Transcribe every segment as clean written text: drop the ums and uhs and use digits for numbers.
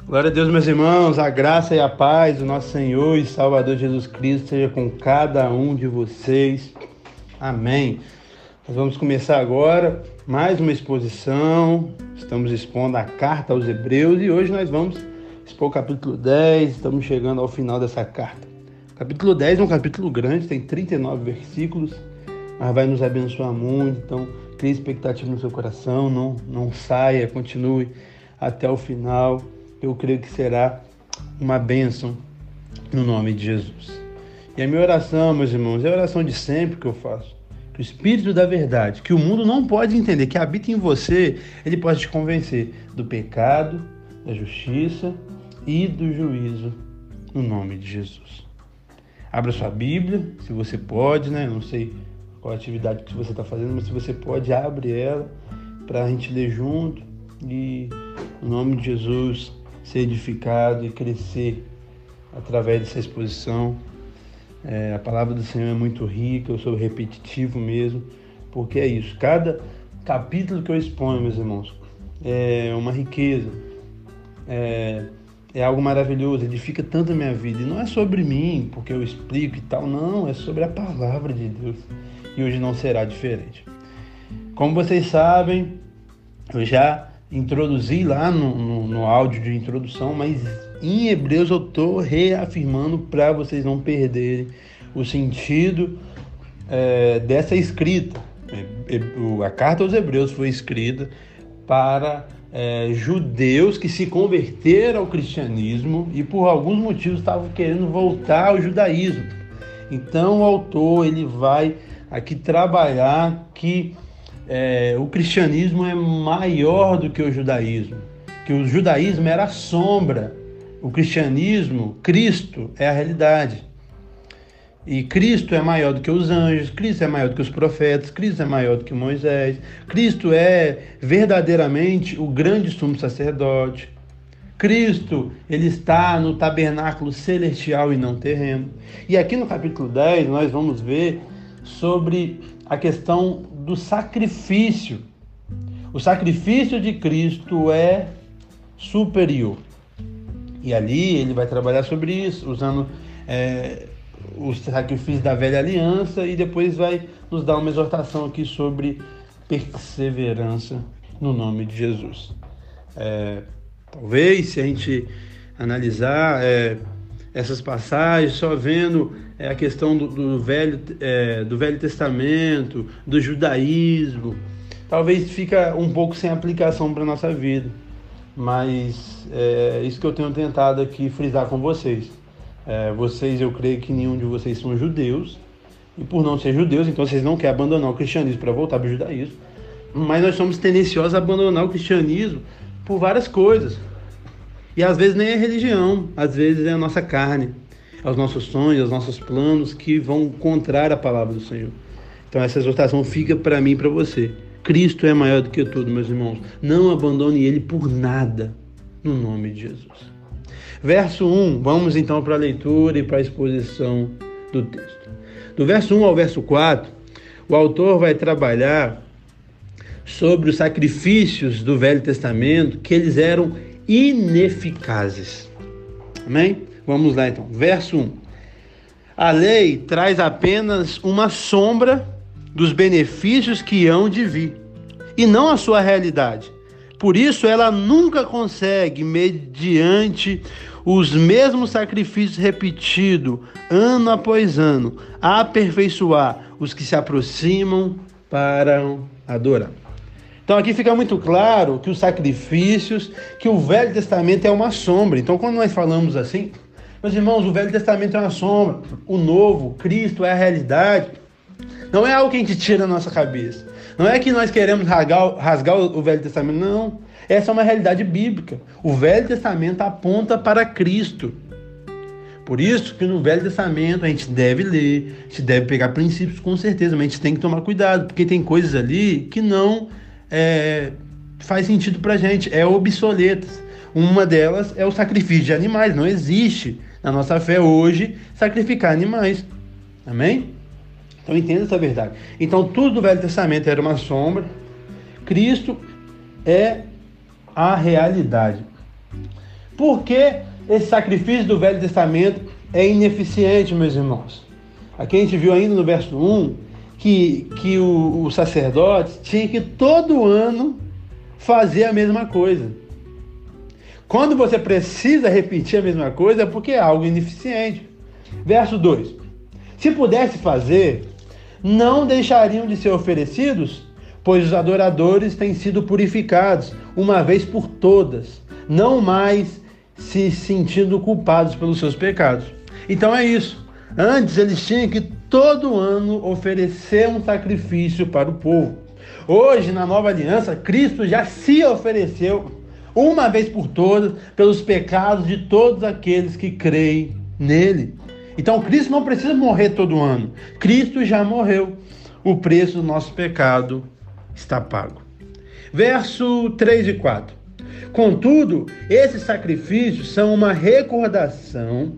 Glória a Deus, meus irmãos, a graça e a paz do nosso Senhor e Salvador Jesus Cristo seja com cada um de vocês. Amém. Nós vamos começar agora mais uma exposição. Estamos expondo a carta aos Hebreus e hoje nós vamos expor o capítulo 10. Estamos chegando ao final dessa carta. O capítulo 10 é um capítulo grande, tem 39 versículos, mas vai nos abençoar muito. Então, crie expectativa no seu coração, não saia, continue até o final. Eu creio que será uma bênção no nome de Jesus. E a minha oração, meus irmãos, é a oração de sempre que eu faço. Que o Espírito da verdade, que o mundo não pode entender, que habita em você, ele pode te convencer do pecado, da justiça e do juízo no nome de Jesus. Abra sua Bíblia, se você pode, né? Eu não sei qual atividade que você está fazendo, mas se você pode, abre ela para a gente ler junto e, no nome de Jesus, ser edificado e crescer através dessa exposição. A palavra do Senhor é muito rica, eu sou repetitivo mesmo, porque é isso. Cada capítulo que eu exponho, meus irmãos, é uma riqueza, é algo maravilhoso, edifica tanto a minha vida. E não é sobre mim, porque eu explico e tal, não, é sobre a palavra de Deus. E hoje não será diferente. Como vocês sabem, eu já introduzi lá no áudio de introdução, mas em Hebreus eu estou reafirmando para vocês não perderem o sentido dessa escrita. A carta aos Hebreus foi escrita para judeus que se converteram ao cristianismo e por alguns motivos estavam querendo voltar ao judaísmo. Então o autor ele vai aqui trabalhar que o cristianismo é maior do que o judaísmo, que o judaísmo era a sombra, o cristianismo, Cristo é a realidade. E Cristo é maior do que os anjos, Cristo é maior do que os profetas, Cristo é maior do que Moisés, Cristo é verdadeiramente o grande sumo sacerdote. Cristo, ele está no tabernáculo celestial e não terreno. E aqui no capítulo 10 nós vamos ver sobre a questão do sacrifício. O sacrifício de Cristo é superior. E ali ele vai trabalhar sobre isso, usando os sacrifícios da velha aliança, e depois vai nos dar uma exortação aqui sobre perseverança no nome de Jesus. Talvez, se a gente analisar essas passagens, só vendo a questão do Velho Testamento, do judaísmo, talvez fica um pouco sem aplicação para a nossa vida. Mas é isso que eu tenho tentado aqui frisar com vocês. Eu creio que nenhum de vocês são judeus, e por não ser judeus, então vocês não querem abandonar o cristianismo para voltar para o judaísmo. Mas nós somos tendenciosos a abandonar o cristianismo por várias coisas. E às vezes nem é religião, às vezes é a nossa carne, é os nossos sonhos, os nossos planos que vão contrário à palavra do Senhor. Então essa exortação fica para mim e para você. Cristo é maior do que tudo, meus irmãos. Não abandone ele por nada, no nome de Jesus. Verso 1, vamos então para a leitura e para a exposição do texto. Do verso 1 ao verso 4, o autor vai trabalhar sobre os sacrifícios do Velho Testamento, que eles eram ineficazes. Amém? Vamos lá então. Verso 1. A lei traz apenas uma sombra dos benefícios que hão de vir, e não a sua realidade. Por isso ela nunca consegue, mediante os mesmos sacrifícios repetidos, ano após ano, aperfeiçoar os que se aproximam para adorar. Então aqui fica muito claro que os sacrifícios, que o Velho Testamento é uma sombra. Então quando nós falamos assim, meus irmãos, o Velho Testamento é uma sombra, o Novo, Cristo é a realidade. Não é algo que a gente tira da nossa cabeça. Não é que nós queremos rasgar o Velho Testamento, não. Essa é uma realidade bíblica. O Velho Testamento aponta para Cristo. Por isso que no Velho Testamento a gente deve ler, a gente deve pegar princípios com certeza, mas a gente tem que tomar cuidado, porque tem coisas ali que não faz sentido pra gente, obsoletas. Uma delas é o sacrifício de animais. Não existe na nossa fé hoje sacrificar animais. Amém? Então entenda essa verdade. Então tudo do Velho Testamento era uma sombra. Cristo é a realidade. Por que esse sacrifício do Velho Testamento é ineficiente, meus irmãos? Aqui a gente viu ainda no verso 1 que o sacerdote tinha que todo ano fazer a mesma coisa. Quando você precisa repetir a mesma coisa é porque é algo ineficiente. Verso 2. Se pudesse fazer, não deixariam de ser oferecidos, pois os adoradores têm sido purificados uma vez por todas, não mais se sentindo culpados pelos seus pecados. Então é isso. Antes eles tinham que todo ano oferecer um sacrifício para o povo. Hoje, na nova aliança, Cristo já se ofereceu uma vez por todas pelos pecados de todos aqueles que creem nele. Então Cristo não precisa morrer todo ano. Cristo já morreu. O preço do nosso pecado está pago. Verso 3 e 4. Contudo, esses sacrifícios são uma recordação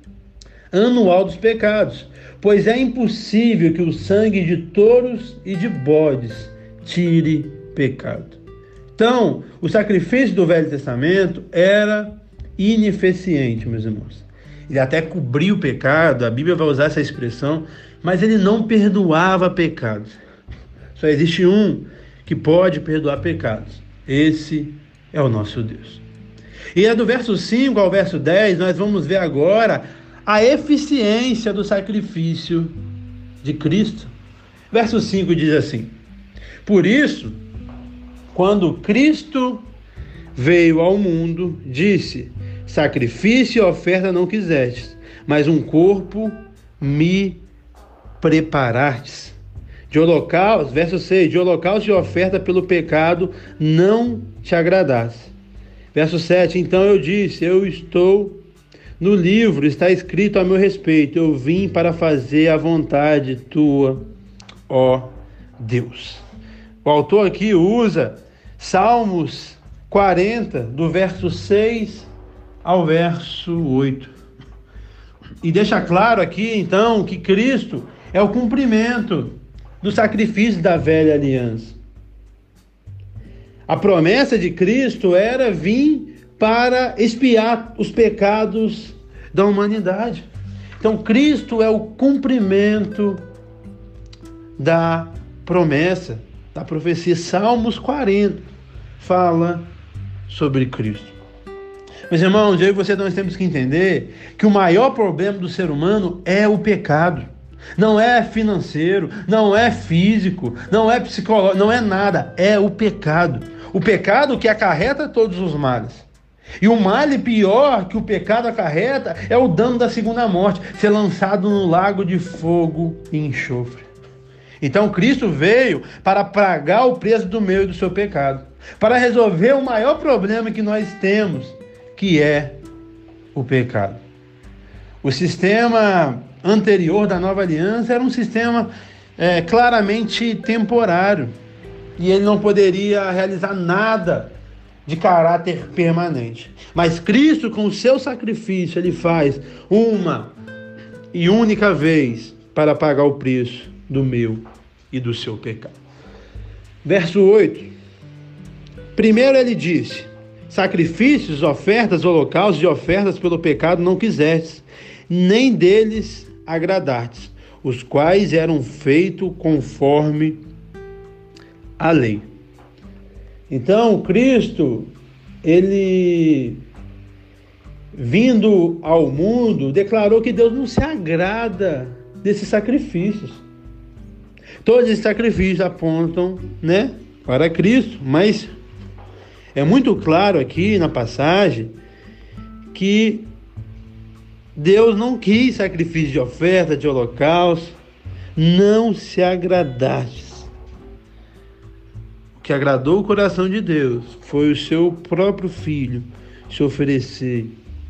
anual dos pecados, pois é impossível que o sangue de touros e de bodes tire pecado. Então, o sacrifício do Velho Testamento era ineficiente, meus irmãos. Ele até cobria o pecado, a Bíblia vai usar essa expressão, mas ele não perdoava pecados. Só existe um que pode perdoar pecados. Esse é o nosso Deus. E é do verso 5 ao verso 10, nós vamos ver agora a eficiência do sacrifício de Cristo. Verso 5 diz assim: por isso, quando Cristo veio ao mundo, disse: sacrifício e oferta não quisestes, mas um corpo me preparastes. De holocausto, verso 6, de holocausto e oferta pelo pecado não te agradasse. Verso 7, então eu disse: eu estou no livro, está escrito a meu respeito, eu vim para fazer a vontade tua, ó Deus. O autor aqui usa Salmos 40, do verso 6 ao verso 8. E deixa claro aqui, então, que Cristo é o cumprimento do sacrifício da velha aliança. A promessa de Cristo era vir para expiar os pecados da humanidade. Então, Cristo é o cumprimento da promessa, da profecia. Salmos 40 fala sobre Cristo. Meus irmãos, eu e você nós temos que entender que o maior problema do ser humano é o pecado. Não é financeiro, não é físico, não é psicológico, não é nada. É o pecado. O pecado que acarreta todos os males. E o mal pior que o pecado acarreta é o dano da segunda morte, ser lançado no lago de fogo e enxofre. Então Cristo veio para pagar o preço do meu e do seu pecado, para resolver o maior problema que nós temos, que é o pecado. O sistema anterior da nova aliança era um sistema claramente temporário, e ele não poderia realizar nada de caráter permanente. Mas Cristo, com o seu sacrifício, ele faz uma e única vez para pagar o preço do meu e do seu pecado. Verso 8. Primeiro ele disse: sacrifícios, ofertas, holocaustos e ofertas pelo pecado não quisestes, nem deles agradastes, os quais eram feitos conforme a lei. Então, Cristo, ele, vindo ao mundo, declarou que Deus não se agrada desses sacrifícios. Todos esses sacrifícios apontam, para Cristo, mas é muito claro aqui na passagem que Deus não quis sacrifício de oferta, de holocausto, não se agradasse. O que agradou o coração de Deus foi o seu próprio Filho se oferecer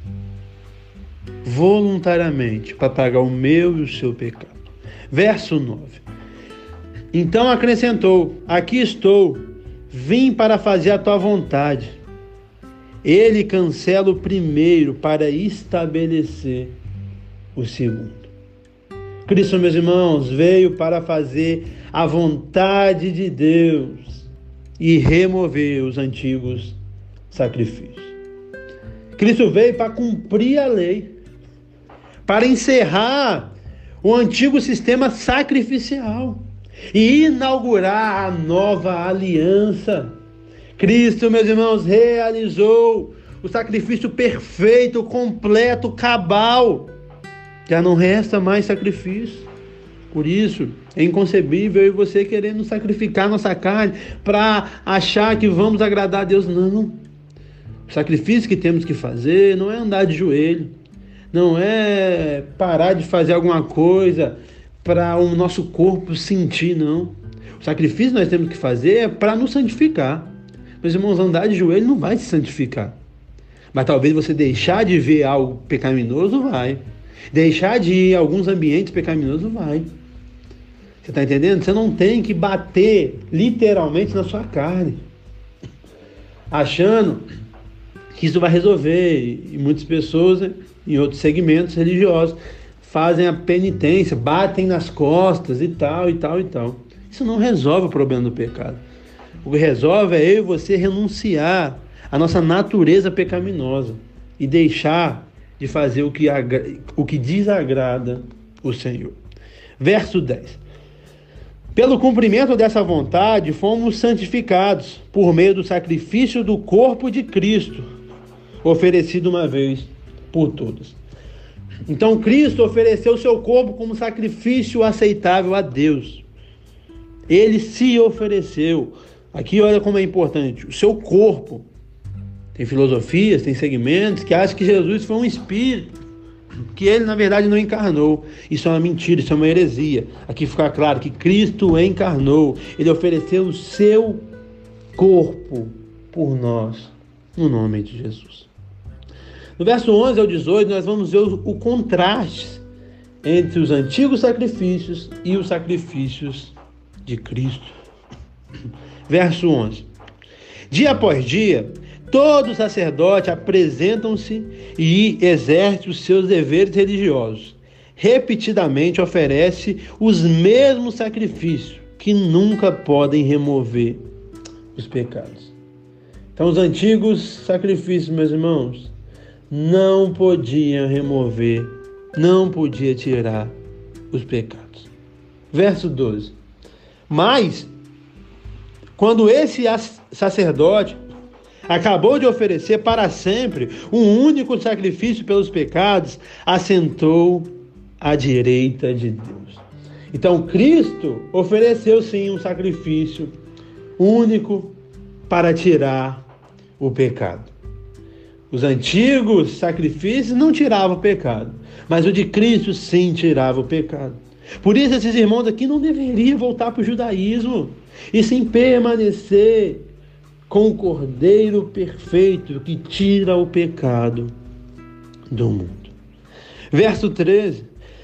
voluntariamente para pagar o meu e o seu pecado. Verso 9. Então acrescentou: aqui estou, vim para fazer a tua vontade. Ele cancela o primeiro para estabelecer o segundo. Cristo, meus irmãos, veio para fazer a vontade de Deus e remover os antigos sacrifícios. Cristo veio para cumprir a lei, para encerrar o antigo sistema sacrificial e inaugurar a nova aliança. Cristo, meus irmãos, realizou o sacrifício perfeito, completo, cabal. Já não resta mais sacrifício. Por isso, é inconcebível eu e você querendo sacrificar nossa carne para achar que vamos agradar a Deus. Não. O sacrifício que temos que fazer não é andar de joelho, não é parar de fazer alguma coisa para o nosso corpo sentir, não. O sacrifício que nós temos que fazer é para nos santificar. Meus irmãos, andar de joelho não vai se santificar. Mas talvez você deixar de ver algo pecaminoso vai. Deixar de ir a alguns ambientes pecaminosos vai. Você está entendendo? Você não tem que bater literalmente na sua carne, achando que isso vai resolver. E muitas pessoas, em outros segmentos religiosos, fazem a penitência, batem nas costas e tal, e tal, e tal. Isso não resolve o problema do pecado. O que resolve é eu e você renunciar à nossa natureza pecaminosa e deixar de fazer o que desagrada o Senhor. Verso 10. Pelo cumprimento dessa vontade, fomos santificados por meio do sacrifício do corpo de Cristo, oferecido uma vez por todos. Então, Cristo ofereceu o seu corpo como sacrifício aceitável a Deus. Ele se ofereceu. Aqui, olha como é importante. O seu corpo. Tem filosofias, tem segmentos que acham que Jesus foi um espírito, que ele, na verdade, não encarnou. Isso é uma mentira, isso é uma heresia. Aqui fica claro que Cristo encarnou. Ele ofereceu o seu corpo por nós, no nome de Jesus. No verso 11 ao 18, nós vamos ver o contraste entre os antigos sacrifícios e os sacrifícios de Cristo. Verso 11. Dia após dia, todo sacerdote apresentam-se e exerce os seus deveres religiosos. Repetidamente oferece os mesmos sacrifícios que nunca podem remover os pecados. Então, os antigos sacrifícios, meus irmãos, não podiam remover, não podia tirar os pecados. Verso 12. Mas, quando esse sacerdote acabou de oferecer para sempre um único sacrifício pelos pecados, assentou à direita de Deus. Então, Cristo ofereceu sim um sacrifício único para tirar o pecado. Os antigos sacrifícios não tiravam o pecado, mas o de Cristo sim tirava o pecado. Por isso esses irmãos aqui não deveriam voltar para o judaísmo, e sim permanecer com o Cordeiro perfeito que tira o pecado do mundo. Verso 13.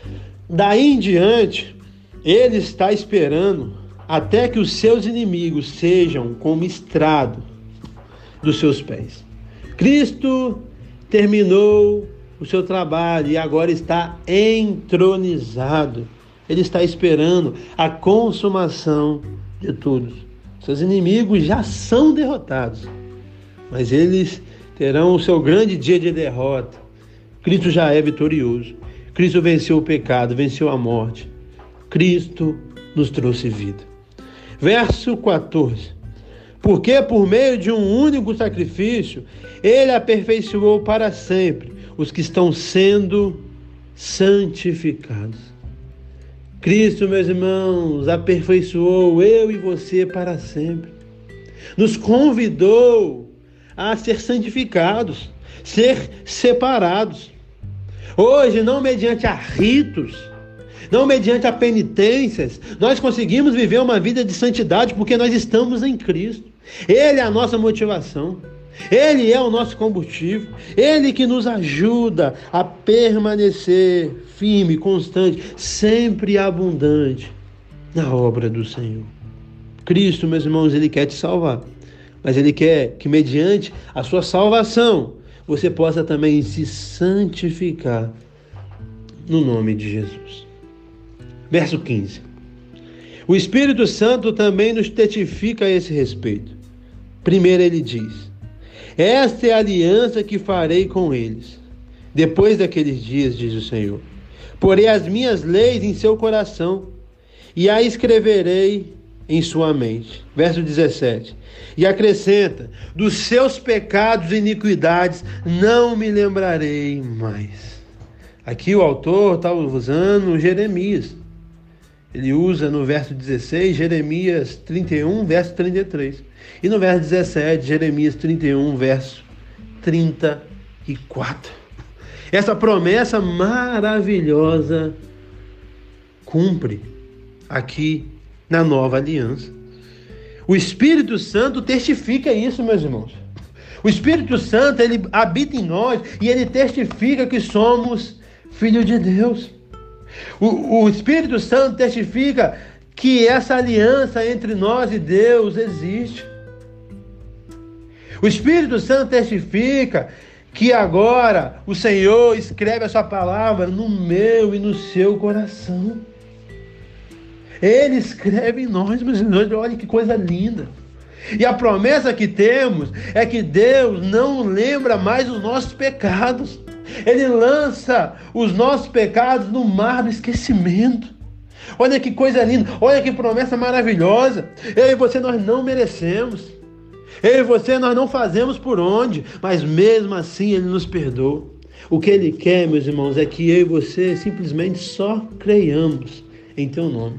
Daí em diante, ele está esperando até que os seus inimigos sejam como estrado dos seus pés. Cristo terminou o seu trabalho e agora está entronizado. Ele está esperando a consumação de tudo. Seus inimigos já são derrotados, mas eles terão o seu grande dia de derrota. Cristo já é vitorioso. Cristo venceu o pecado, venceu a morte. Cristo nos trouxe vida. Verso 14. Porque por meio de um único sacrifício, ele aperfeiçoou para sempre os que estão sendo santificados. Cristo, meus irmãos, aperfeiçoou eu e você para sempre. Nos convidou a ser santificados, ser separados. Hoje, não mediante a ritos, não mediante a penitências, nós conseguimos viver uma vida de santidade porque nós estamos em Cristo. Ele é a nossa motivação. Ele é o nosso combustível. Ele que nos ajuda a permanecer firme, constante, sempre abundante na obra do Senhor. Cristo, meus irmãos, Ele quer te salvar. Mas Ele quer que mediante a sua salvação, você possa também se santificar no nome de Jesus. Verso 15. O Espírito Santo também nos testifica a esse respeito. Primeiro ele diz: Esta é a aliança que farei com eles. Depois daqueles dias, diz o Senhor, porei as minhas leis em seu coração e a escreverei em sua mente. Verso 17. E acrescenta, dos seus pecados e iniquidades não me lembrarei mais. Aqui o autor está usando Jeremias. Ele usa no verso 16, Jeremias 31, verso 33. E no verso 17, Jeremias 31, verso 34. Essa promessa maravilhosa cumpre aqui na nova aliança. O Espírito Santo testifica isso, meus irmãos. O Espírito Santo, ele habita em nós e ele testifica que somos filhos de Deus. O Espírito Santo testifica que essa aliança entre nós e Deus existe. O Espírito Santo testifica que agora o Senhor escreve a sua palavra no meu e no seu coração. Ele escreve em nós, meus irmãos, olha que coisa linda. E a promessa que temos é que Deus não lembra mais os nossos pecados. Ele lança os nossos pecados no mar do esquecimento. Olha que coisa linda, olha que promessa maravilhosa. Eu e você, nós não merecemos. Eu e você, nós não fazemos por onde, mas mesmo assim Ele nos perdoa. O que Ele quer, meus irmãos, é que eu e você simplesmente só creiamos em Teu nome.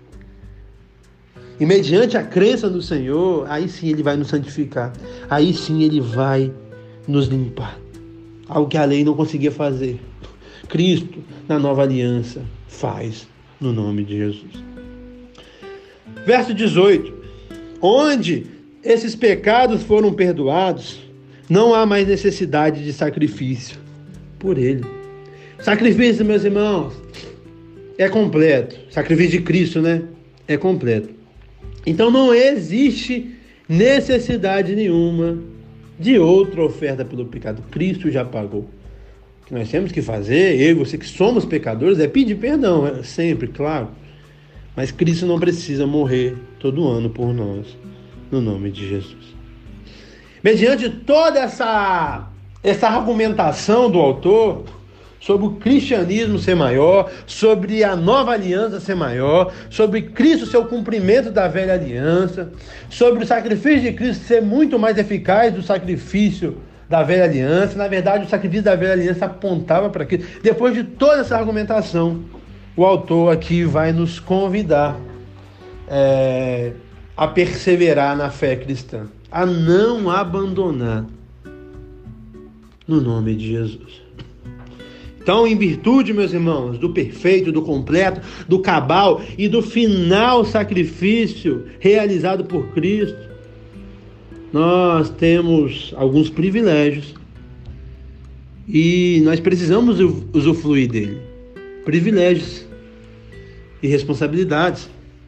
E mediante a crença no Senhor, aí sim Ele vai nos santificar. Aí sim Ele vai nos limpar. Algo que a lei não conseguia fazer. Cristo, na nova aliança, faz no nome de Jesus. Verso 18. Onde esses pecados foram perdoados, não há mais necessidade de sacrifício por ele. Sacrifício, meus irmãos, é completo. Sacrifício de Cristo, né? É completo. Então não existe necessidade nenhuma de outra oferta pelo pecado. Cristo já pagou. O que nós temos que fazer, eu e você que somos pecadores, é pedir perdão, sempre, claro. Mas Cristo não precisa morrer todo ano por nós, no nome de Jesus. Mediante toda essa argumentação do autor sobre o cristianismo ser maior, sobre a nova aliança ser maior, sobre Cristo ser o cumprimento da velha aliança, sobre o sacrifício de Cristo ser muito mais eficaz do sacrifício da velha aliança. Na verdade, o sacrifício da velha aliança apontava para Cristo. Depois de toda essa argumentação, o autor aqui vai nos convidar a perseverar na fé cristã, a não abandonar no nome de Jesus. Então, em virtude, meus irmãos, do perfeito, do completo, do cabal e do final sacrifício realizado por Cristo, nós temos alguns privilégios e nós precisamos usufruir dele. Privilégios e responsabilidades.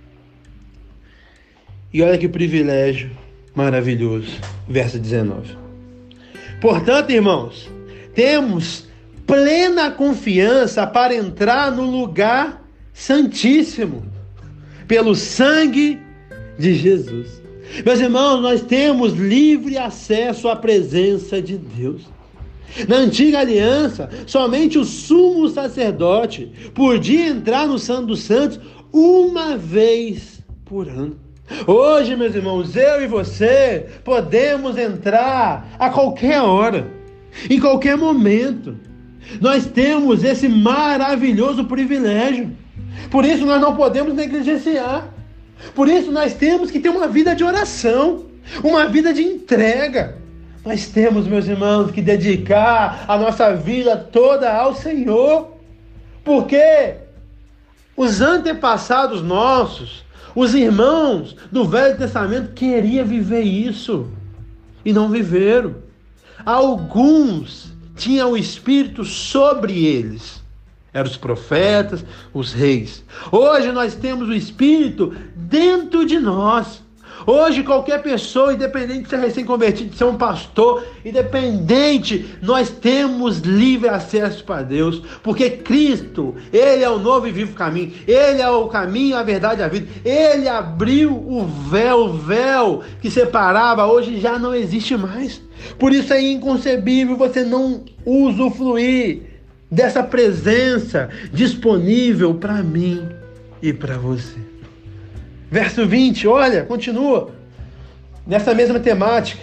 E olha que privilégio maravilhoso. Verso 19. Portanto, irmãos, temos plena confiança para entrar no lugar santíssimo pelo sangue de Jesus. Meus irmãos, nós temos livre acesso à presença de Deus. Na antiga aliança, somente o sumo sacerdote podia entrar no Santo dos Santos uma vez por ano. Hoje, meus irmãos, eu e você podemos entrar a qualquer hora, em qualquer momento. Nós temos esse maravilhoso privilégio. Por isso nós não podemos negligenciar. Por isso nós temos que ter uma vida de oração, uma vida de entrega. Nós temos, meus irmãos, que dedicar a nossa vida toda ao Senhor. Porque os antepassados nossos, os irmãos do Velho Testamento queriam viver isso e não viveram. Alguns tinha o Espírito sobre eles. Eram os profetas, os reis. Hoje nós temos o Espírito dentro de nós. Hoje qualquer pessoa, independente de ser recém-convertido, de ser um pastor, independente, nós temos livre acesso para Deus, porque Cristo, Ele é o novo e vivo caminho, Ele é o caminho, a verdade e a vida, Ele abriu o véu que separava, hoje já não existe mais. Por isso é inconcebível você não usufruir dessa presença disponível para mim e para você. Verso 20, olha, continua nessa mesma temática.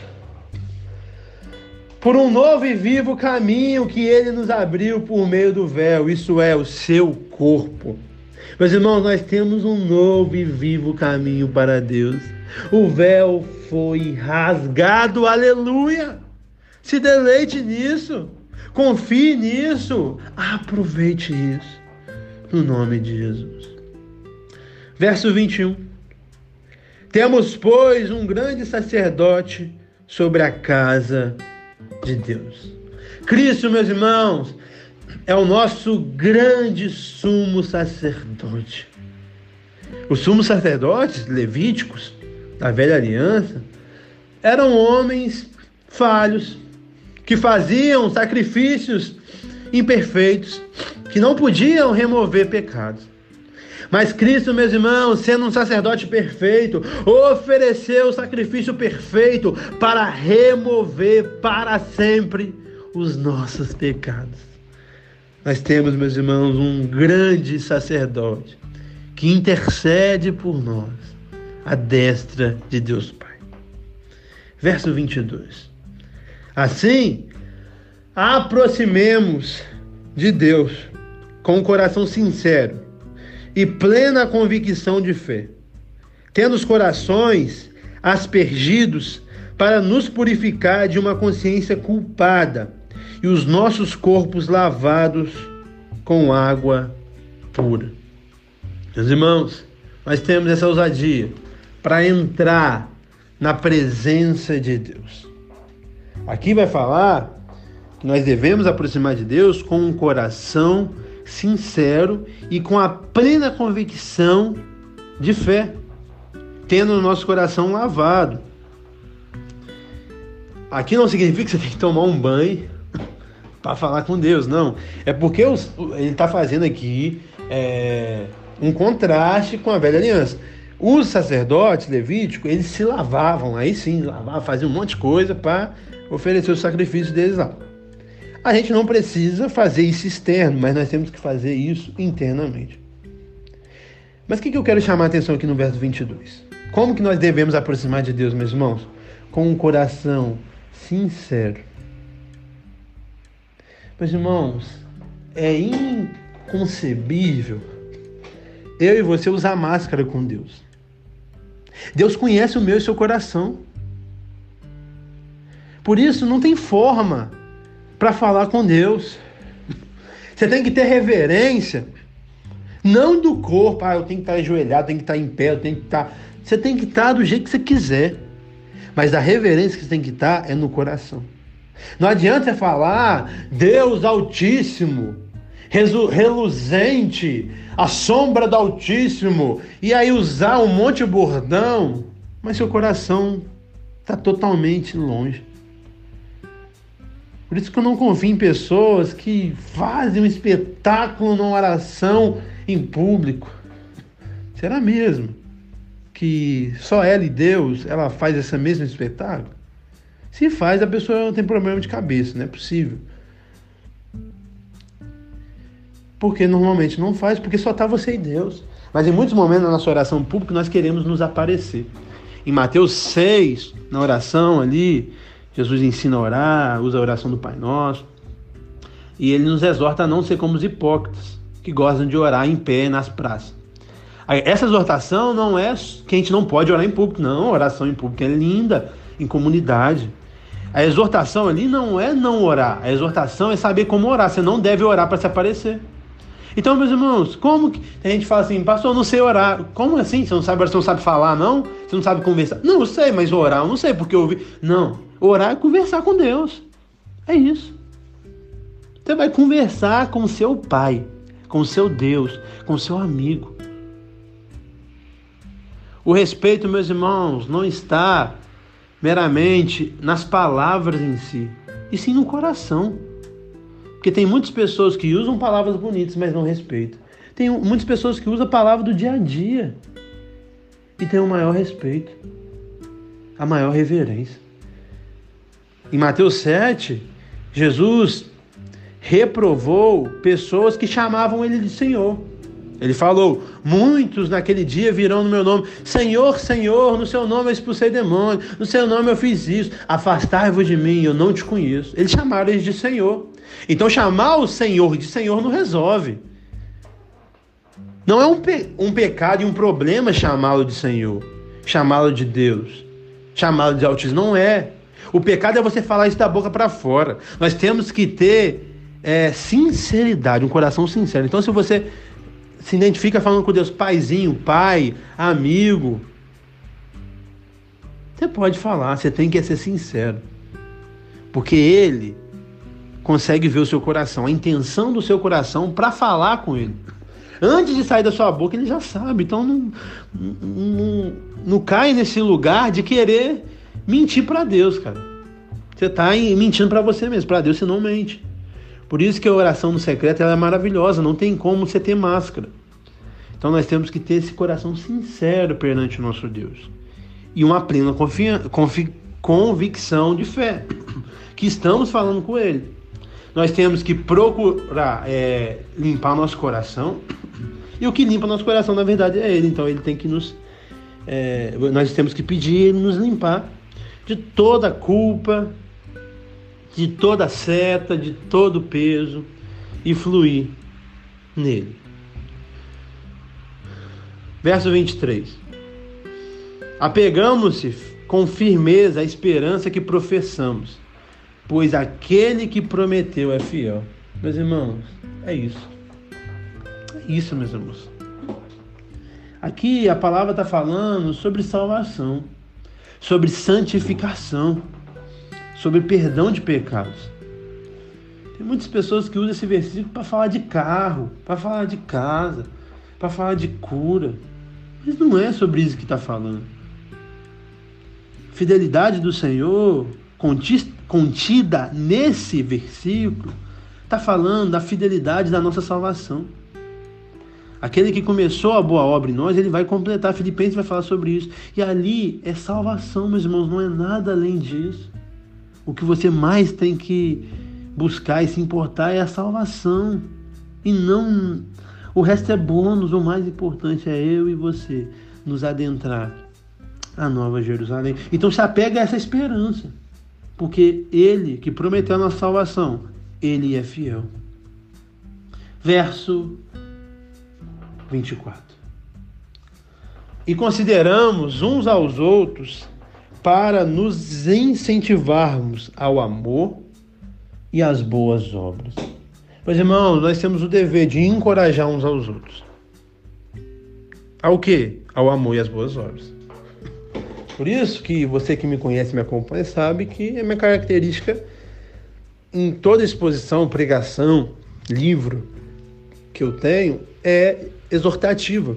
Por um novo e vivo caminho que Ele nos abriu por meio do véu, isso é, o seu corpo. Meus irmãos, nós temos um novo e vivo caminho para Deus. O véu foi rasgado, aleluia! Se deleite nisso, confie nisso, aproveite isso, no nome de Jesus. Verso 21. Temos, pois, um grande sacerdote sobre a casa de Deus. Cristo, meus irmãos, é o nosso grande sumo sacerdote. Os sumos sacerdotes levíticos da velha aliança eram homens falhos, que faziam sacrifícios imperfeitos, que não podiam remover pecados. Mas Cristo, meus irmãos, sendo um sacerdote perfeito, ofereceu o sacrifício perfeito para remover para sempre os nossos pecados. Nós temos, meus irmãos, um grande sacerdote que intercede por nós, à destra de Deus Pai. Verso 22. Assim, aproximemos de Deus com um coração sincero e plena convicção de fé, tendo os corações aspergidos para nos purificar de uma consciência culpada e os nossos corpos lavados com água pura. Meus irmãos, nós temos essa ousadia para entrar na presença de Deus. Aqui vai falar que nós devemos aproximar de Deus com um coração sincero e com a plena convicção de fé, tendo o nosso coração lavado. Aqui não significa que você tem que tomar um banho para falar com Deus, não. É porque ele está fazendo aqui um contraste com a velha aliança. Os sacerdotes levíticos, eles se lavavam, aí sim, faziam um monte de coisa para oferecer o sacrifício deles lá. A gente não precisa fazer isso externo, mas nós temos que fazer isso internamente. Mas o que eu quero chamar a atenção aqui no verso 22? Como que nós devemos aproximar de Deus, meus irmãos? Com um coração sincero. Meus irmãos, é inconcebível eu e você usar máscara com Deus. Deus conhece o meu e o seu coração. Por isso, não tem forma para falar com Deus. Você tem que ter reverência, não do corpo. Eu tenho que estar ajoelhado, tenho que estar em pé, eu tenho que estar... Você tem que estar do jeito que você quiser. Mas a reverência que você tem que estar é no coração. Não adianta você falar Deus Altíssimo, reluzente, a sombra do Altíssimo, e aí usar um monte de bordão, mas seu coração está totalmente longe. Por isso que eu não confio em pessoas que fazem um espetáculo numa oração em público. Será mesmo que só ela e Deus, ela faz esse mesmo espetáculo? Se faz, a pessoa tem problema de cabeça, não é possível. Porque normalmente não faz, porque só está você e Deus. Mas em muitos momentos na nossa oração pública nós queremos nos aparecer. Em Mateus 6, na oração ali, Jesus ensina a orar, usa a oração do Pai Nosso. E ele nos exorta a não ser como os hipócritas, que gostam de orar em pé nas praças. Essa exortação não é que a gente não pode orar em público, não. A oração em público é linda, em comunidade. A exortação ali não é não orar. A exortação é saber como orar. Você não deve orar para se aparecer. Então, meus irmãos, como que a gente fala assim, pastor, eu não sei orar. Como assim? Você não sabe orar, você não sabe falar, não? Você não sabe conversar? Não, eu sei, mas orar eu não sei, porque eu ouvi. Não, orar é conversar com Deus. É isso. Você vai conversar com o seu Pai, com o seu Deus, com o seu amigo. O respeito, meus irmãos, não está meramente nas palavras em si, e sim no coração. Porque tem muitas pessoas que usam palavras bonitas, mas não respeitam. Tem muitas pessoas que usam a palavra do dia a dia e tem o maior respeito, a maior reverência. Em Mateus 7, Jesus reprovou pessoas que chamavam ele de Senhor. Ele falou: muitos naquele dia virão no meu nome, Senhor, Senhor, no seu nome eu expulsei demônio, no seu nome eu fiz isso, afastai-vos de mim, eu não te conheço. Eles chamaram ele de Senhor. Então chamar o Senhor de Senhor não resolve. Não é um pecado e um problema chamá-lo de Senhor, chamá-lo de Deus, chamá-lo de Altíssimo. Não é. O pecado é você falar isso da boca para fora. Nós temos que ter sinceridade, um coração sincero. Então, se você se identifica falando com Deus, paizinho, pai, amigo, você pode falar, você tem que ser sincero. Porque Ele consegue ver o seu coração, a intenção do seu coração para falar com Ele. Antes de sair da sua boca, Ele já sabe. Então não cai nesse lugar de querer mentir para Deus, cara. Você está mentindo para você mesmo. Para Deus você não mente. Por isso que a oração no secreto ela é maravilhosa. Não tem como você ter máscara. Então nós temos que ter esse coração sincero perante o nosso Deus. E uma plena convicção de fé. Que estamos falando com Ele. Nós temos que procurar limpar nosso coração. E o que limpa nosso coração, na verdade, é Ele. Então Ele tem que nós temos que pedir Ele nos limpar de toda culpa, de toda seta, de todo peso e fluir nele. Verso 23. Apegamos-se com firmeza à esperança que professamos, pois aquele que prometeu é fiel. Meus irmãos, é isso. É isso, meus irmãos. Aqui a palavra está falando sobre salvação, sobre santificação, sobre perdão de pecados. Tem muitas pessoas que usam esse versículo para falar de carro, para falar de casa, para falar de cura. Mas não é sobre isso que está falando. Fidelidade do Senhor, contida nesse versículo, está falando da fidelidade da nossa salvação. Aquele que começou a boa obra em nós, ele vai completar. Filipenses vai falar sobre isso. E ali é salvação, meus irmãos, não é nada além disso. O que você mais tem que buscar e se importar é a salvação. E não... O resto é bônus, o mais importante é eu e você nos adentrar a Nova Jerusalém. Então se apega a essa esperança. Porque Ele que prometeu a nossa salvação, Ele é fiel. Verso 24. E consideramos uns aos outros para nos incentivarmos ao amor e às boas obras. Meus irmãos, nós temos o dever de encorajar uns aos outros. Ao quê? Ao amor e às boas obras. Por isso que você que me conhece e me acompanha sabe que a minha característica em toda exposição, pregação, livro que eu tenho é exortativa.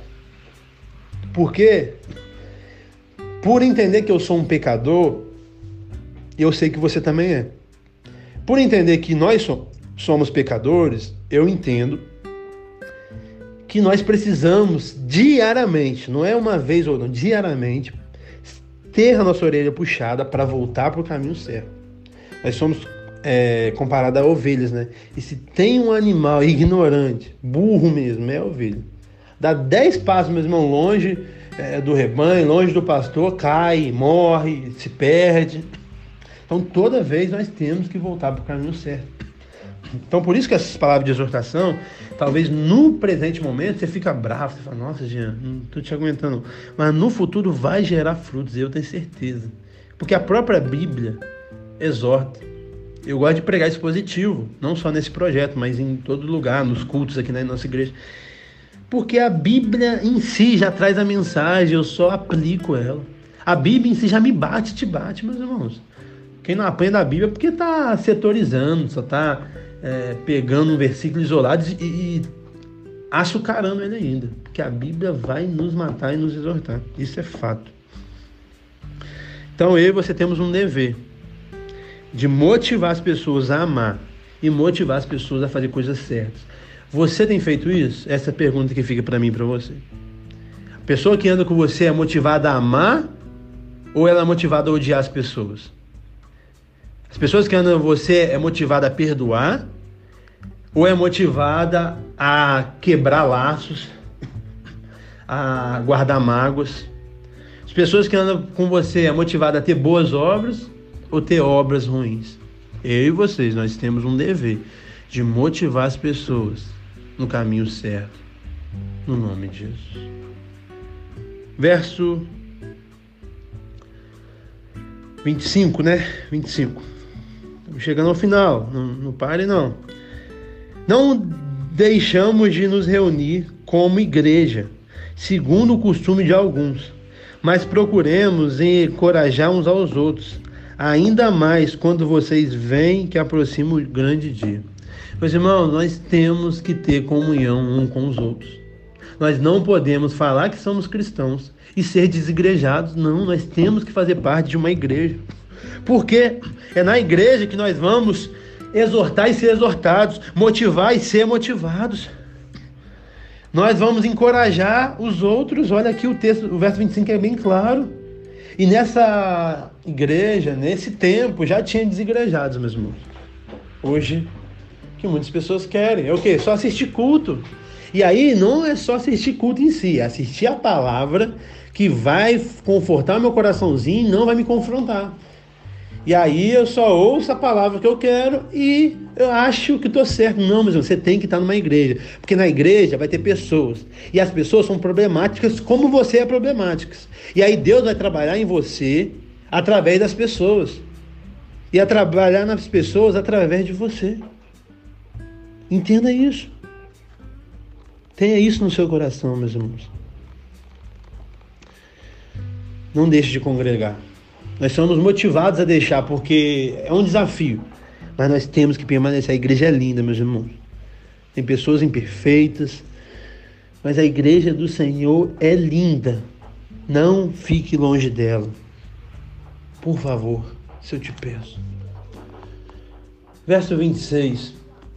Porque, por entender que eu sou um pecador, eu sei que você também é. Por entender que nós somos pecadores, eu entendo que nós precisamos diariamente, não é uma vez ou não, diariamente, ter a nossa orelha puxada para voltar para o caminho certo. Nós somos comparados a ovelhas, né? E se tem um animal ignorante, burro mesmo, é a ovelha. Dá 10 passos, meu irmão, longe do rebanho, longe do pastor, cai, morre, se perde. Então toda vez nós temos que voltar para o caminho certo. Então por isso que essas palavras de exortação, talvez no presente momento você fica bravo, você fala, nossa Jean, não estou te aguentando. Mas no futuro vai gerar frutos, eu tenho certeza. Porque a própria Bíblia exorta. Eu gosto de pregar expositivo, não só nesse projeto, mas em todo lugar, nos cultos aqui na nossa igreja. Porque a Bíblia em si já traz a mensagem, eu só aplico ela. A Bíblia em si já me bate, te bate, meus irmãos. Quem não apanha da Bíblia é porque está setorizando, só está pegando um versículo isolado e açucarando ele ainda, porque a Bíblia vai nos matar e nos exortar. Isso é fato. Então eu e você temos um dever de motivar as pessoas a amar e motivar as pessoas a fazer coisas certas. Você tem feito isso? Essa é a pergunta que fica para mim e para você. A pessoa que anda com você é motivada a amar ou ela é motivada a odiar as pessoas? As pessoas que andam com você é motivada a perdoar ou é motivada a quebrar laços, a guardar mágoas? As pessoas que andam com você é motivada a ter boas obras ou ter obras ruins? Eu e vocês, nós temos um dever de motivar as pessoas no caminho certo, no nome de Jesus. Verso 25, né? 25. Estamos chegando ao final, não pare não. Não deixamos de nos reunir como igreja, segundo o costume de alguns, mas procuremos encorajar uns aos outros, ainda mais quando vocês veem que aproxima o grande dia. Meus irmãos, nós temos que ter comunhão um com os outros. Nós não podemos falar que somos cristãos e ser desigrejados. Não, nós temos que fazer parte de uma igreja. Porque é na igreja que nós vamos exortar e ser exortados, motivar e ser motivados. Nós vamos encorajar os outros. Olha aqui o texto, o verso 25 é bem claro. E nessa igreja, nesse tempo, já tinha desigrejados, meus irmãos. Hoje, o que muitas pessoas querem é o quê? Só assistir culto. E aí não é só assistir culto em si, é assistir a palavra que vai confortar o meu coraçãozinho e não vai me confrontar. E aí eu só ouço a palavra que eu quero e eu acho que estou certo. Não, mas você tem que estar numa igreja. Porque na igreja vai ter pessoas. E as pessoas são problemáticas como você é problemática. E aí Deus vai trabalhar em você através das pessoas. E a trabalhar nas pessoas através de você. Entenda isso. Tenha isso no seu coração, meus irmãos. Não deixe de congregar. Nós somos motivados a deixar, porque é um desafio. Mas nós temos que permanecer. A igreja é linda, meus irmãos. Tem pessoas imperfeitas, mas a igreja do Senhor é linda. Não fique longe dela. Por favor, se eu te peço. Verso 26.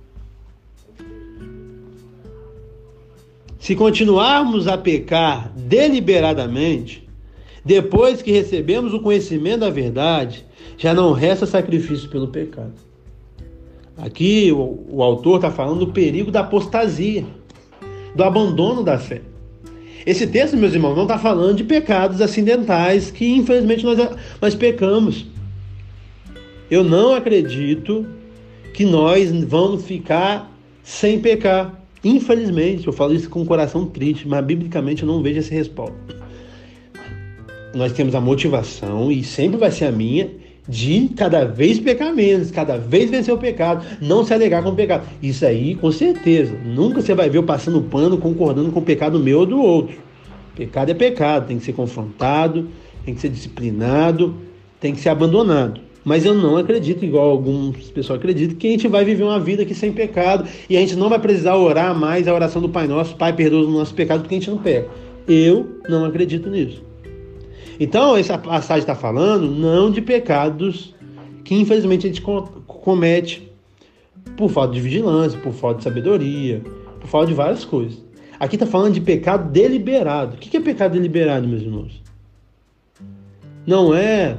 Se continuarmos a pecar deliberadamente, depois que recebemos o conhecimento da verdade, já não resta sacrifício pelo pecado. Aqui o autor está falando do perigo da apostasia, do abandono da fé. Esse texto, meus irmãos, não está falando de pecados acidentais que infelizmente nós pecamos. Eu não acredito que nós vamos ficar sem pecar. Infelizmente, eu falo isso com o coração triste, mas biblicamente eu não vejo esse respaldo. Nós temos a motivação, e sempre vai ser a minha, de cada vez pecar menos, cada vez vencer o pecado, não se alegar com o pecado. Isso aí, com certeza. Nunca você vai ver eu passando pano, concordando com o pecado meu ou do outro. Pecado é pecado, tem que ser confrontado, tem que ser disciplinado, tem que ser abandonado. Mas eu não acredito, igual alguns pessoas acreditam, que a gente vai viver uma vida aqui sem pecado e a gente não vai precisar orar mais a oração do Pai Nosso, Pai, perdoa os nossos pecados, porque a gente não peca. Eu não acredito nisso. Então, essa passagem está falando não de pecados que infelizmente a gente comete por falta de vigilância, por falta de sabedoria, por falta de várias coisas. Aqui está falando de pecado deliberado. O que é pecado deliberado, meus irmãos? Não é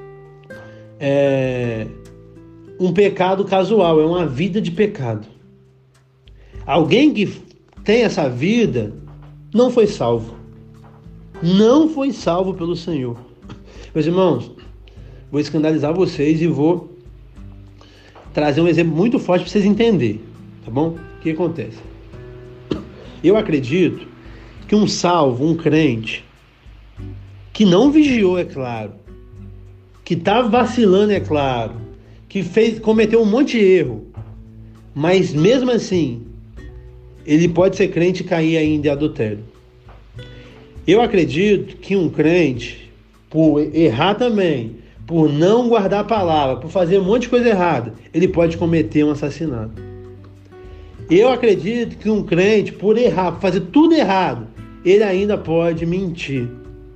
um pecado casual, é uma vida de pecado. Alguém que tem essa vida não foi salvo. Não foi salvo pelo Senhor. Meus irmãos, vou escandalizar vocês e vou trazer um exemplo muito forte para vocês entenderem, tá bom? O que acontece? Eu acredito que um salvo, um crente, que não vigiou, é claro, que está vacilando, é claro, que cometeu um monte de erro, mas mesmo assim, ele pode ser crente e cair ainda em adultério. Eu acredito que um crente, por errar também, por não guardar a palavra, por fazer um monte de coisa errada, ele pode cometer um assassinato. Eu acredito que um crente, por errar, por fazer tudo errado, ele ainda pode mentir.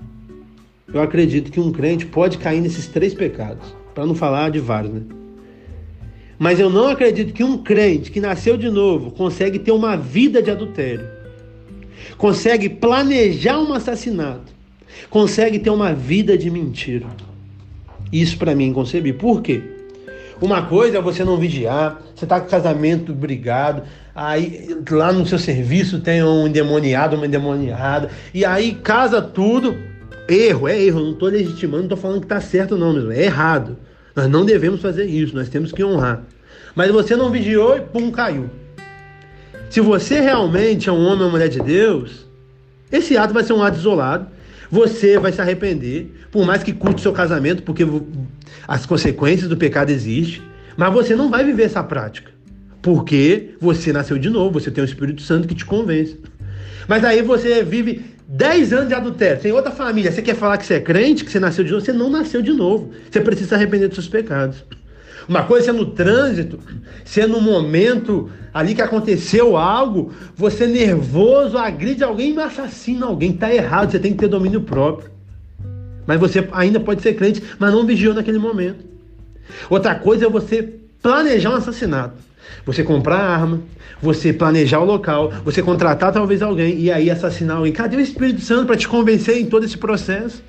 Eu acredito que um crente pode cair nesses 3 pecados, para não falar de vários, né? Mas eu não acredito que um crente que nasceu de novo consegue ter uma vida de adultério, consegue planejar um assassinato, consegue ter uma vida de mentira. Isso para mim é inconcebível. Por quê? Uma coisa é você não vigiar, você está com o casamento brigado, aí lá no seu serviço tem um endemoniado, uma endemoniada, e aí casa tudo. Erro, não estou legitimando, não estou falando que está certo não, mesmo. É errado. Nós não devemos fazer isso, nós temos que honrar. Mas você não vigiou e pum, caiu. Se você realmente é um homem ou mulher de Deus, esse ato vai ser um ato isolado. Você vai se arrepender, por mais que custe o seu casamento, porque as consequências do pecado existem, mas você não vai viver essa prática, porque você nasceu de novo, você tem o Espírito Santo que te convence. Mas aí você vive 10 anos de adultério, tem outra família, você quer falar que você é crente, que você nasceu de novo? Você não nasceu de novo, você precisa se arrepender dos seus pecados. Uma coisa é no trânsito, se é no momento ali que aconteceu algo, você nervoso, agride alguém e assassina alguém. Está errado, você tem que ter domínio próprio. Mas você ainda pode ser crente, mas não vigiou naquele momento. Outra coisa é você planejar um assassinato. Você comprar arma, você planejar o local, você contratar talvez alguém e aí assassinar alguém. Cadê o Espírito Santo para te convencer em todo esse processo?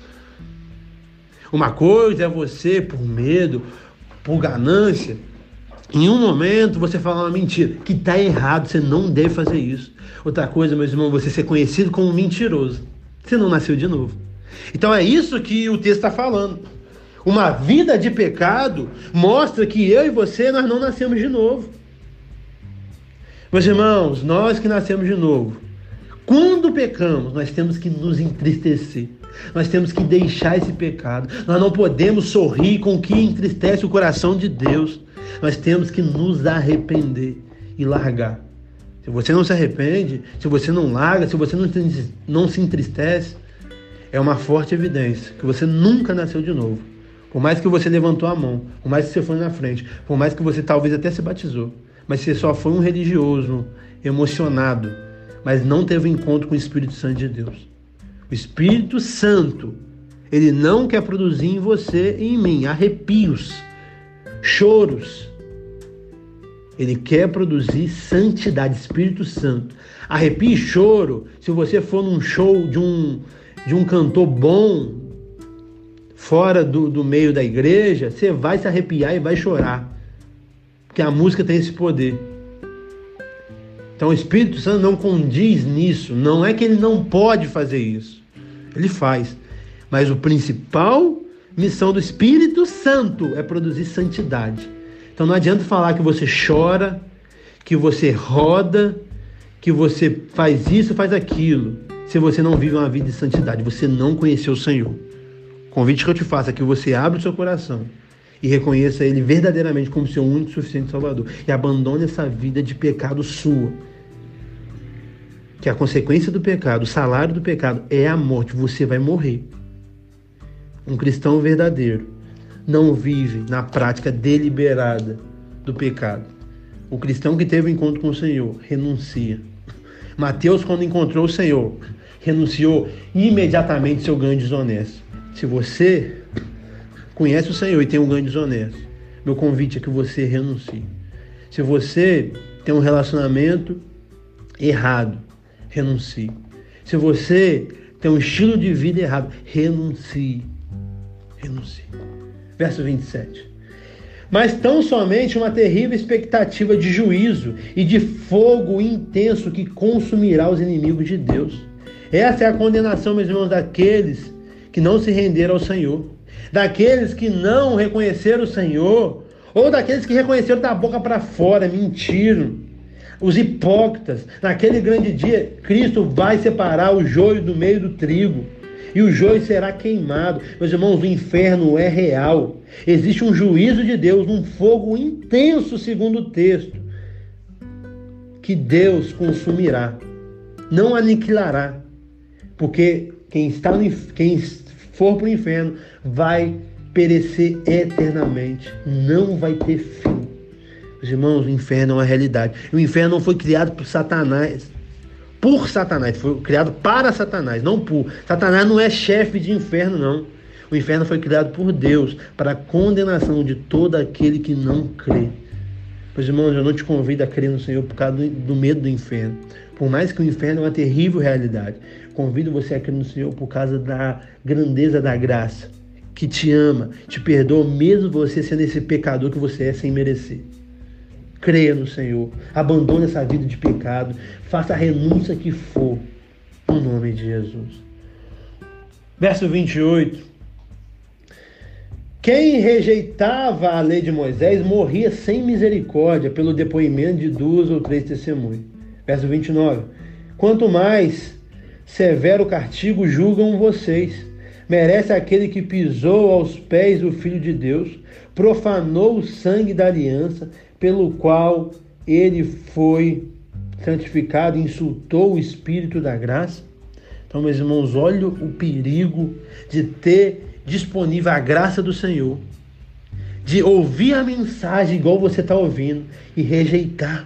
Uma coisa é você, por medo, por ganância, em um momento você falar uma mentira, que está errado, você não deve fazer isso. Outra coisa, meus irmãos, você ser conhecido como mentiroso. Você não nasceu de novo. Então é isso que o texto está falando. Uma vida de pecado mostra que eu e você, nós não nascemos de novo. Meus irmãos, nós que nascemos de novo, quando pecamos, nós temos que nos entristecer. Nós temos que deixar esse pecado. Nós não podemos sorrir com o que entristece o coração de Deus. Nós temos que nos arrepender e largar. Se você não se arrepende, se você não larga, se você não se entristece, é uma forte evidência que você nunca nasceu de novo. Por mais que você levantou a mão, por mais que você foi na frente, por mais que você talvez até se batizou, mas você só foi um religioso, emocionado, mas não teve um encontro com o Espírito Santo de Deus. O Espírito Santo, ele não quer produzir em você e em mim arrepios, choros. Ele quer produzir santidade, Espírito Santo. Arrepio e choro, se você for num show de um cantor bom, fora do meio da igreja, você vai se arrepiar e vai chorar. Porque a música tem esse poder. Então o Espírito Santo não condiz nisso. Não é que ele não pode fazer isso. Ele faz. Mas a principal missão do Espírito Santo é produzir santidade. Então não adianta falar que você chora, que você roda, que você faz isso, faz aquilo, se você não vive uma vida de santidade. Você não conheceu o Senhor. O convite que eu te faço é que você abra o seu coração e reconheça Ele verdadeiramente como seu único e suficiente Salvador. E abandone essa vida de pecado sua. Que a consequência do pecado, o salário do pecado é a morte. Você vai morrer. Um cristão verdadeiro não vive na prática deliberada do pecado. O cristão que teve um encontro com o Senhor renuncia. Mateus, quando encontrou o Senhor, renunciou imediatamente seu ganho desonesto. Se você conhece o Senhor e tem um ganho desonesto, meu convite é que você renuncie. Se você tem um relacionamento errado, renuncie. Se você tem um estilo de vida errado, renuncie. Renuncie. Verso 27. Mas tão somente uma terrível expectativa de juízo e de fogo intenso que consumirá os inimigos de Deus. Essa é a condenação, meus irmãos, daqueles que não se renderam ao Senhor, daqueles que não reconheceram o Senhor, ou daqueles que reconheceram da boca para fora, mentiram. Os hipócritas, naquele grande dia, Cristo vai separar o joio do meio do trigo. E o joio será queimado. Meus irmãos, o inferno é real. Existe um juízo de Deus, um fogo intenso, segundo o texto, que Deus consumirá. Não aniquilará. Porque quem for para o inferno vai perecer eternamente. Não vai ter fim. Os irmãos, o inferno é uma realidade. O inferno não foi criado por Satanás. Por Satanás, foi criado para Satanás, não por. Satanás não é chefe de inferno, não. O inferno foi criado por Deus para a condenação de todo aquele que não crê. Meus irmãos, eu não te convido a crer no Senhor por causa do medo do inferno. Por mais que o inferno é uma terrível realidade, convido você a crer no Senhor por causa da grandeza da graça, que te ama, te perdoa, mesmo você sendo esse pecador que você é sem merecer. Creia no Senhor, abandone essa vida de pecado, faça a renúncia que for, no nome de Jesus. Verso 28. Quem rejeitava a lei de Moisés morria sem misericórdia pelo depoimento de 2 ou 3 testemunhas. Verso 29. Quanto mais severo castigo julgam vocês, merece aquele que pisou aos pés do Filho de Deus, profanou o sangue da aliança, pelo qual ele foi santificado, insultou o Espírito da graça. Então, meus irmãos, olha o perigo de ter disponível a graça do Senhor, de ouvir a mensagem igual você está ouvindo e rejeitar.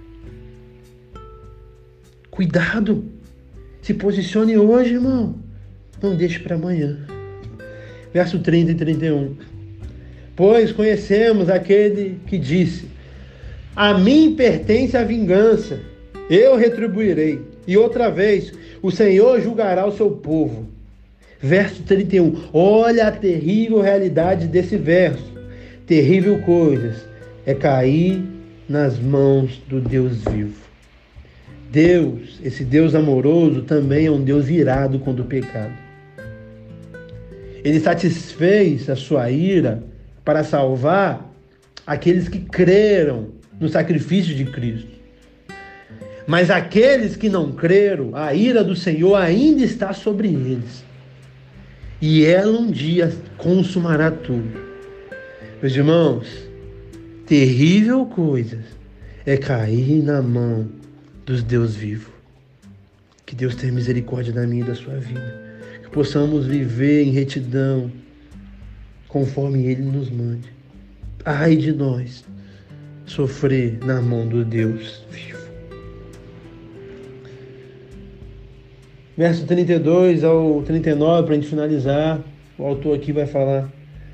Cuidado, se posicione hoje, irmão, não deixe para amanhã. Verso 30 e 31. Pois conhecemos aquele que disse: a mim pertence a vingança, eu retribuirei. E outra vez, o Senhor julgará o seu povo. Verso 31. Olha a terrível realidade desse verso. Terrível coisa é cair nas mãos do Deus vivo. Deus, esse Deus amoroso, também é um Deus irado contra o pecado. Ele satisfez a sua ira para salvar aqueles que creram no sacrifício de Cristo. Mas aqueles que não creram, a ira do Senhor ainda está sobre eles. E ela um dia consumará tudo. Meus irmãos, terrível coisa é cair na mão dos Deus vivos. Que Deus tenha misericórdia da minha e da sua vida. Que possamos viver em retidão, conforme Ele nos mande. Ai de nós, sofrer na mão do Deus vivo. Verso 32 ao 39, para a gente finalizar, o autor aqui vai falar,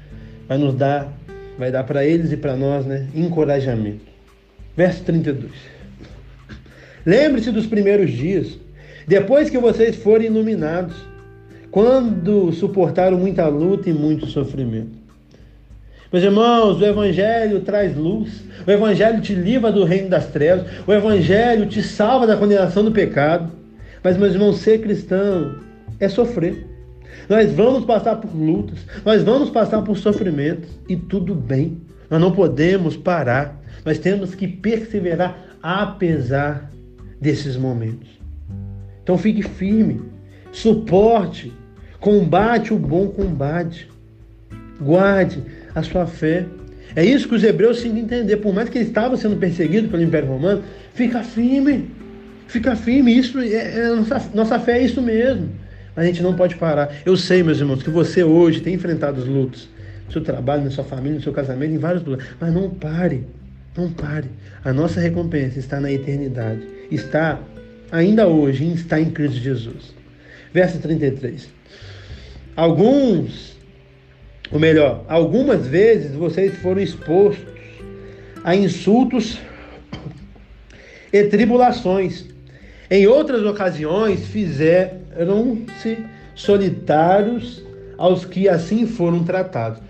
vai dar para eles e para nós, encorajamento. Verso 32. Lembre-se dos primeiros dias, depois que vocês forem iluminados, quando suportaram muita luta e muito sofrimento. Meus irmãos, o Evangelho traz luz, o Evangelho te livra do reino das trevas, o Evangelho te salva da condenação do pecado. Mas, meus irmãos, ser cristão é sofrer. Nós vamos passar por lutas, nós vamos passar por sofrimentos e tudo bem. Nós não podemos parar, nós temos que perseverar apesar desses momentos. Então fique firme, suporte, combate o bom combate, guarde a sua fé. É isso que os hebreus tinham que entender. Por mais que eles estavam sendo perseguidos pelo Império Romano, fica firme. Fica firme, isso nossa fé é isso mesmo. A gente não pode parar. Eu sei, meus irmãos, que você hoje tem enfrentado as lutas no seu trabalho, na sua família, no seu casamento, em vários lugares. Mas não pare, não pare. A nossa recompensa está na eternidade. Está, ainda hoje, está em Cristo Jesus. Verso 33. Algumas vezes vocês foram expostos a insultos e tribulações. Em outras ocasiões, fizeram-se solitários aos que assim foram tratados.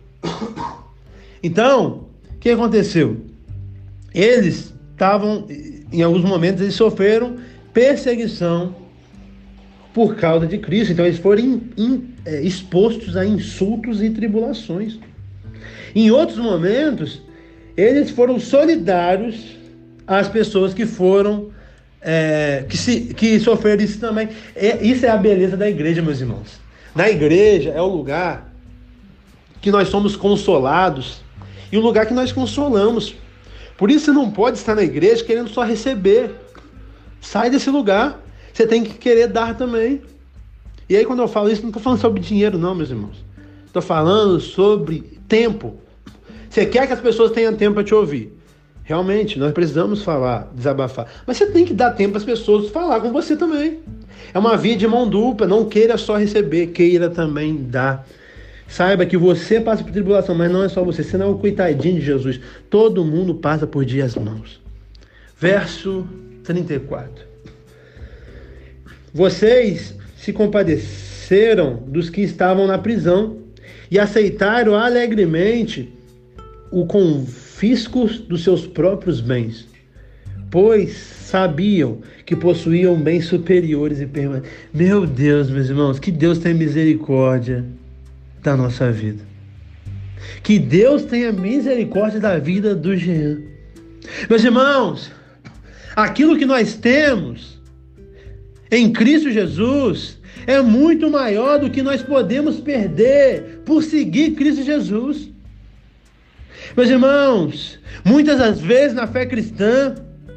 Então, o que aconteceu? Eles estavam, em alguns momentos, eles sofreram perseguição por causa de Cristo. Então, eles foram expostos a insultos e tribulações. Em outros momentos, eles foram solidários às pessoas que foram que sofreram isso também. Isso é a beleza da igreja, meus irmãos. Na igreja é o lugar que nós somos consolados e o lugar que nós consolamos. Por isso você não pode estar na igreja querendo só receber. Sai desse lugar. Você tem que querer dar também. E aí quando eu falo isso, não estou falando sobre dinheiro não, meus irmãos. Estou falando sobre tempo. Você quer que as pessoas tenham tempo para te ouvir. Realmente, nós precisamos falar, desabafar. Mas você tem que dar tempo para as pessoas falar com você também. É uma via de mão dupla. Não queira só receber, queira também dar. Saiba que você passa por tribulação, mas não é só você. Você não é o coitadinho de Jesus. Todo mundo passa por dias maus. Verso 34. Vocês se compadeceram dos que estavam na prisão e aceitaram alegremente o confisco dos seus próprios bens, pois sabiam que possuíam bens superiores e permanentes. Meu Deus, meus irmãos, que Deus tenha misericórdia da nossa vida. Que Deus tenha misericórdia da vida do Jean. Meus irmãos, aquilo que nós temos em Cristo Jesus é muito maior do que nós podemos perder por seguir Cristo Jesus. Meus irmãos, muitas das vezes na fé cristã,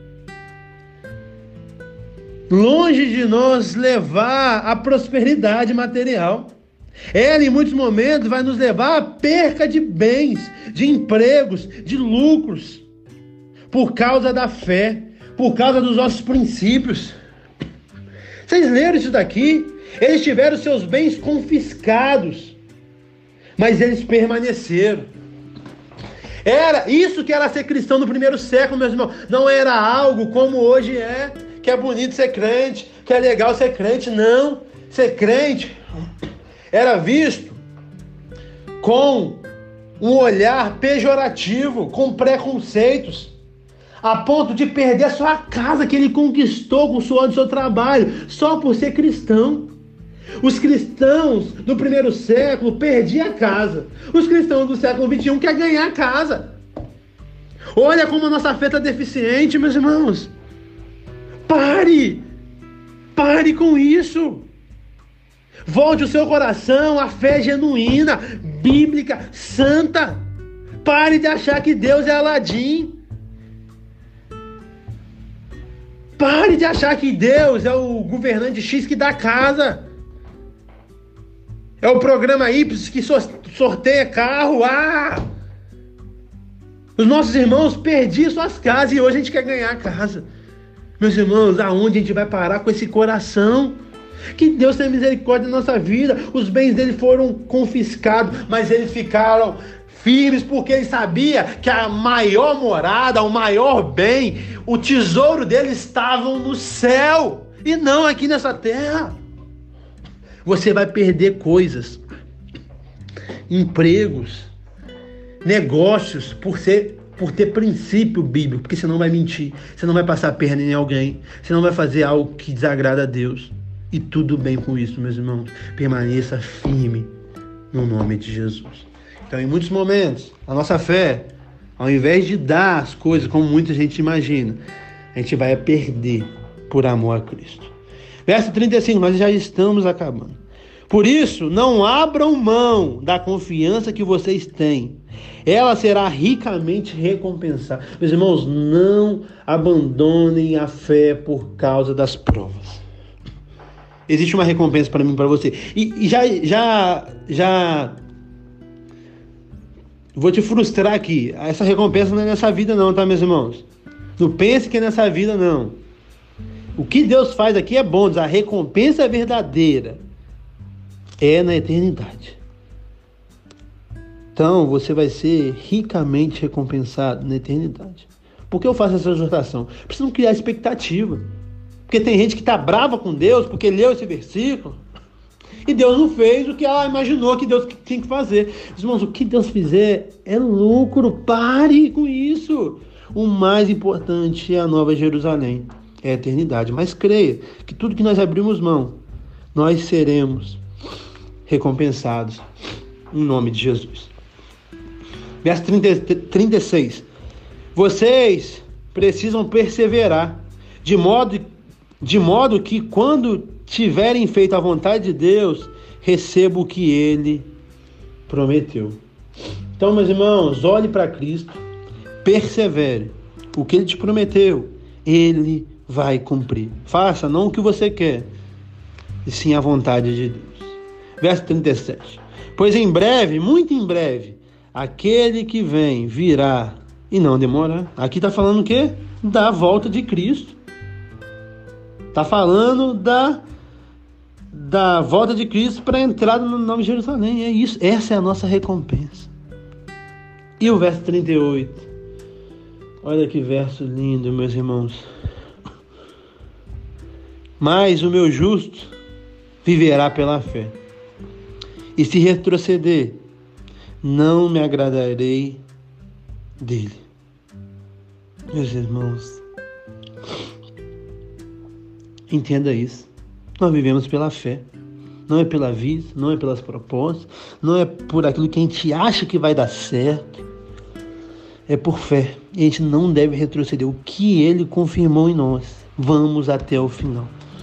longe de nós levar a prosperidade material, ela em muitos momentos vai nos levar à perca de bens, de empregos, de lucros, por causa da fé, por causa dos nossos princípios. Vocês leram isso daqui? Eles tiveram seus bens confiscados, mas eles permaneceram. Era isso que era ser cristão no primeiro século, meus irmãos. Não era algo como hoje é, que é bonito ser crente, que é legal ser crente. Não, ser crente era visto com um olhar pejorativo, com preconceitos, a ponto de perder a sua casa que ele conquistou com o suor do seu trabalho, só por ser cristão. Os cristãos do primeiro século perdiam a casa. Os cristãos do século XXI querem ganhar a casa. Olha como a nossa fé está deficiente, meus irmãos. Pare com isso. Volte o seu coração à fé genuína, bíblica, santa. Pare de achar que Deus é Aladim. Pare de achar que Deus é o governante X que dá casa. É o programa Y que sorteia carro. Os nossos irmãos perdiam suas casas e hoje a gente quer ganhar a casa. Meus irmãos, aonde a gente vai parar com esse coração? Que Deus tenha misericórdia da nossa vida. Os bens dele foram confiscados, mas eles ficaram firmes porque ele sabia que a maior morada, o maior bem, o tesouro deles estavam no céu e não aqui nessa terra. Você vai perder coisas, empregos, negócios por ter princípio bíblico, porque você não vai mentir, você não vai passar a perna em alguém, você não vai fazer algo que desagrada a Deus. E tudo bem com isso, meus irmãos. Permaneça firme no nome de Jesus. Então, em muitos momentos, a nossa fé, ao invés de dar as coisas como muita gente imagina, a gente vai perder por amor a Cristo. Verso 35, nós já estamos acabando. Por isso, não abram mão da confiança que vocês têm. Ela será ricamente recompensada. Meus irmãos, não abandonem a fé por causa das provas. Existe uma recompensa para mim e para você. E já vou te frustrar aqui. Essa recompensa não é nessa vida não, tá, meus irmãos? Não pense que é nessa vida não. O que Deus faz aqui é bom. A recompensa verdadeira é na eternidade. Então, você vai ser ricamente recompensado na eternidade. Por que eu faço essa exortação? Precisa não criar expectativa. Porque tem gente que está brava com Deus porque leu esse versículo e Deus não fez o que ela imaginou que Deus tinha que fazer. Irmãos, o que Deus fizer é lucro. Pare com isso. O mais importante é a Nova Jerusalém, é a eternidade. Mas creia que tudo que nós abrimos mão, nós seremos recompensados em nome de Jesus. Verso 36. Vocês precisam perseverar, de modo que quando tiverem feito a vontade de Deus, recebam o que Ele prometeu. Então, meus irmãos, olhe para Cristo, persevere. O que Ele te prometeu, Ele vai cumprir. Faça não o que você quer, e sim a vontade de Deus. Verso 37. Pois em breve, muito em breve, aquele que vem virá e não demorar. Aqui está falando o quê? Da volta de Cristo. Está falando da volta de Cristo para a entrada no Nova Jerusalém. É isso. Essa é a nossa recompensa. E o verso 38. Olha que verso lindo, meus irmãos. Mas o meu justo viverá pela fé. E se retroceder, não me agradarei dele. Meus irmãos, entenda isso. Nós vivemos pela fé. Não é pela vista, não é pelas propostas, não é por aquilo que a gente acha que vai dar certo. É por fé. E a gente não deve retroceder. O que ele confirmou em nós. Vamos até o final.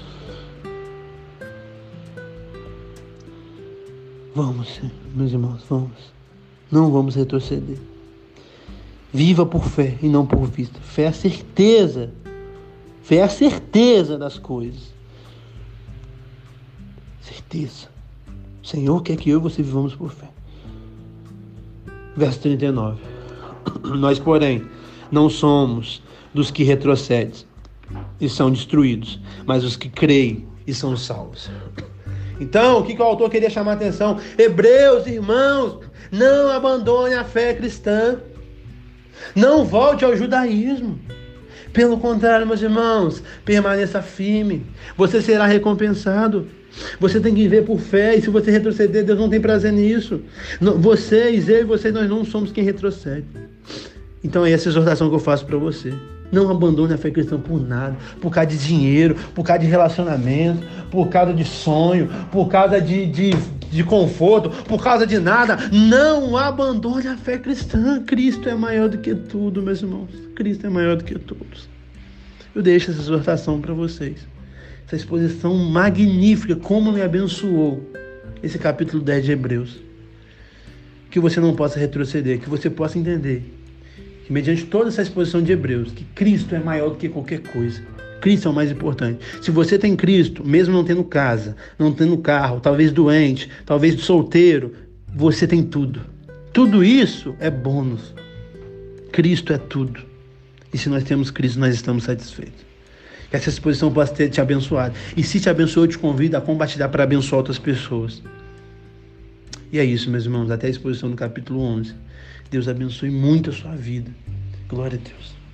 Vamos, meus irmãos, vamos. Não vamos retroceder. Viva por fé e não por vista. Fé é a certeza. Fé é a certeza das coisas. Certeza. O Senhor quer que eu e você vivamos por fé. Verso 39. Nós, porém, não somos dos que retrocedem e são destruídos, mas os que creem e são salvos. Então, o que o autor queria chamar a atenção? Hebreus, irmãos, não abandone a fé cristã. Não volte ao judaísmo. Pelo contrário, meus irmãos, permaneça firme. Você será recompensado. Você tem que viver por fé. E se você retroceder, Deus não tem prazer nisso. Vocês, eu e vocês, nós não somos quem retrocede. Então é essa exortação que eu faço para você. Não abandone a fé cristã por nada. Por causa de dinheiro, por causa de relacionamento, por causa de sonho, por causa de conforto, por causa de nada. Não abandone a fé cristã. Cristo é maior do que tudo, meus irmãos. Cristo é maior do que todos. Eu deixo essa exortação para vocês. Essa exposição magnífica, como me abençoou esse capítulo 10 de Hebreus. Que você não possa retroceder, que você possa entender que mediante toda essa exposição de Hebreus, que Cristo é maior do que qualquer coisa. Cristo é o mais importante. Se você tem Cristo, mesmo não tendo casa, não tendo carro, talvez doente, talvez solteiro, você tem tudo. Tudo isso é bônus. Cristo é tudo. E se nós temos Cristo, nós estamos satisfeitos. Que essa exposição possa ter te abençoado. E se te abençoou, eu te convido a compartilhar para abençoar outras pessoas. E é isso, meus irmãos. Até a exposição do capítulo 11. Deus abençoe muito a sua vida. Glória a Deus.